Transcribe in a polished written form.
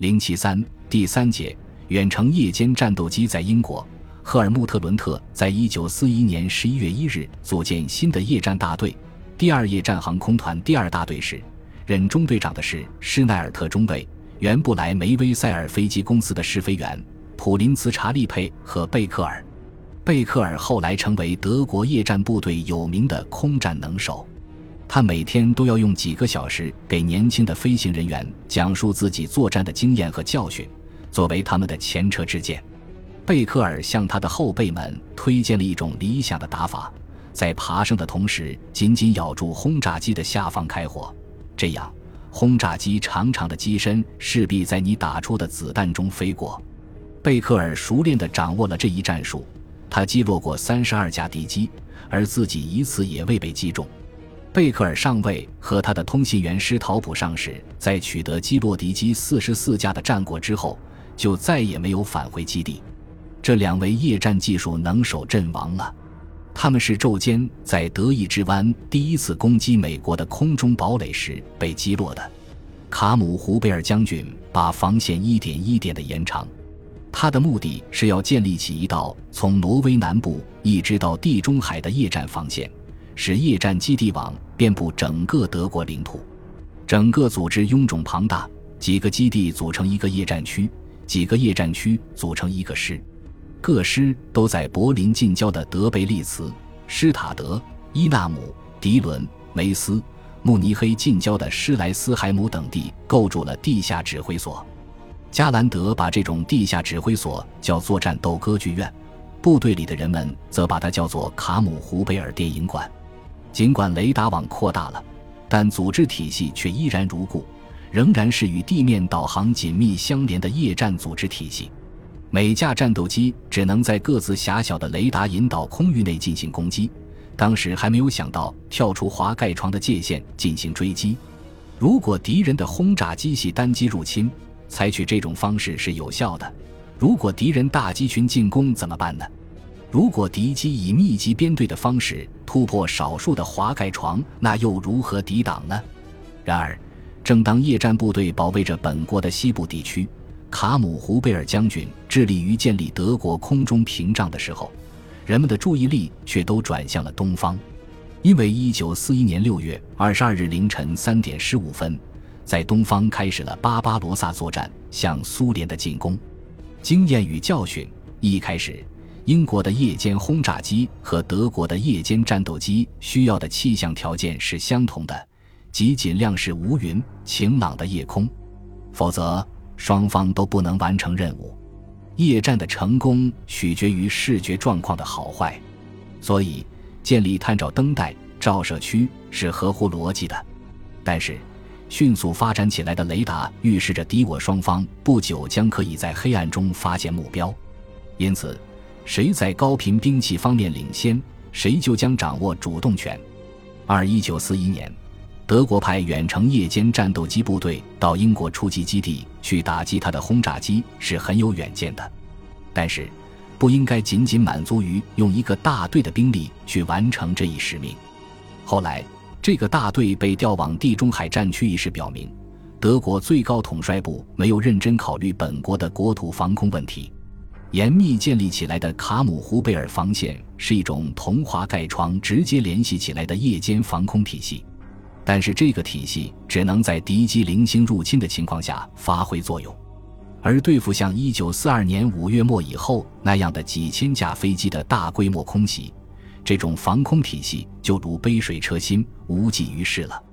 073第3节，远程夜间战斗机。在英国，赫尔穆特·伦特在1941年11月1日组建新的夜战大队，第二夜战航空团第二大队时，任中队长的是施奈尔特中尉，原布莱梅威塞尔飞机公司的试飞员普林茨·查利佩和贝克尔。贝克尔后来成为德国夜战部队有名的空战能手，他每天都要用几个小时给年轻的飞行人员讲述自己作战的经验和教训，作为他们的前车之鉴。贝克尔向他的后辈们推荐了一种理想的打法，在爬升的同时紧紧咬住轰炸机的下方开火，这样轰炸机长长的机身势必在你打出的子弹中飞过。贝克尔熟练地掌握了这一战术，他击落过32架敌机，而自己一次也未被击中。贝克尔上尉和他的通信员施陶普上士在取得击落敌机44架的战果之后，就再也没有返回基地。这两位夜战技术能手阵亡了，他们是昼间在德意志湾第一次攻击美国的空中堡垒时被击落的。卡姆胡贝尔将军把防线一点一点地延长，他的目的是要建立起一道从挪威南部一直到地中海的夜战防线，使夜战基地网遍布整个德国领土。整个组织臃肿庞大，几个基地组成一个夜战区，几个夜战区组成一个师，各师都在柏林近郊的德贝利茨、施塔德、伊纳姆、迪伦、梅斯、慕尼黑近郊的施莱斯海姆等地构筑了地下指挥所。加兰德把这种地下指挥所叫做战斗歌剧院，部队里的人们则把它叫做卡姆胡贝尔电影馆。尽管雷达网扩大了，但组织体系却依然如故，仍然是与地面导航紧密相连的夜战组织体系。每架战斗机只能在各自狭小的雷达引导空域内进行攻击，当时还没有想到跳出滑盖床的界限进行追击。如果敌人的轰炸机系单机入侵，采取这种方式是有效的。如果敌人大机群进攻怎么办呢？如果敌机以密集编队的方式突破少数的滑盖床，那又如何抵挡呢？然而，正当夜战部队保卫着本国的西部地区，卡姆胡贝尔将军致力于建立德国空中屏障的时候，人们的注意力却都转向了东方。因为1941年6月22日凌晨3点15分，在东方开始了巴巴罗萨作战向苏联的进攻。经验与教训，一开始英国的夜间轰炸机和德国的夜间战斗机需要的气象条件是相同的，即尽量是无云晴朗的夜空，否则双方都不能完成任务。夜战的成功取决于视觉状况的好坏，所以建立探照灯带、照射区是合乎逻辑的。但是迅速发展起来的雷达预示着敌我双方不久将可以在黑暗中发现目标，因此谁在高频兵器方面领先，谁就将掌握主动权。1941年，德国派远程夜间战斗机部队到英国初级基地去打击他的轰炸机是很有远见的，但是不应该仅仅满足于用一个大队的兵力去完成这一使命。后来这个大队被调往地中海战区一事表明，德国最高统帅部没有认真考虑本国的国土防空问题。严密建立起来的卡姆胡贝尔防线是一种同滑盖床直接联系起来的夜间防空体系，但是这个体系只能在敌机零星入侵的情况下发挥作用，而对付像1942年5月末以后那样的几千架飞机的大规模空袭，这种防空体系就如杯水车薪，无济于事了。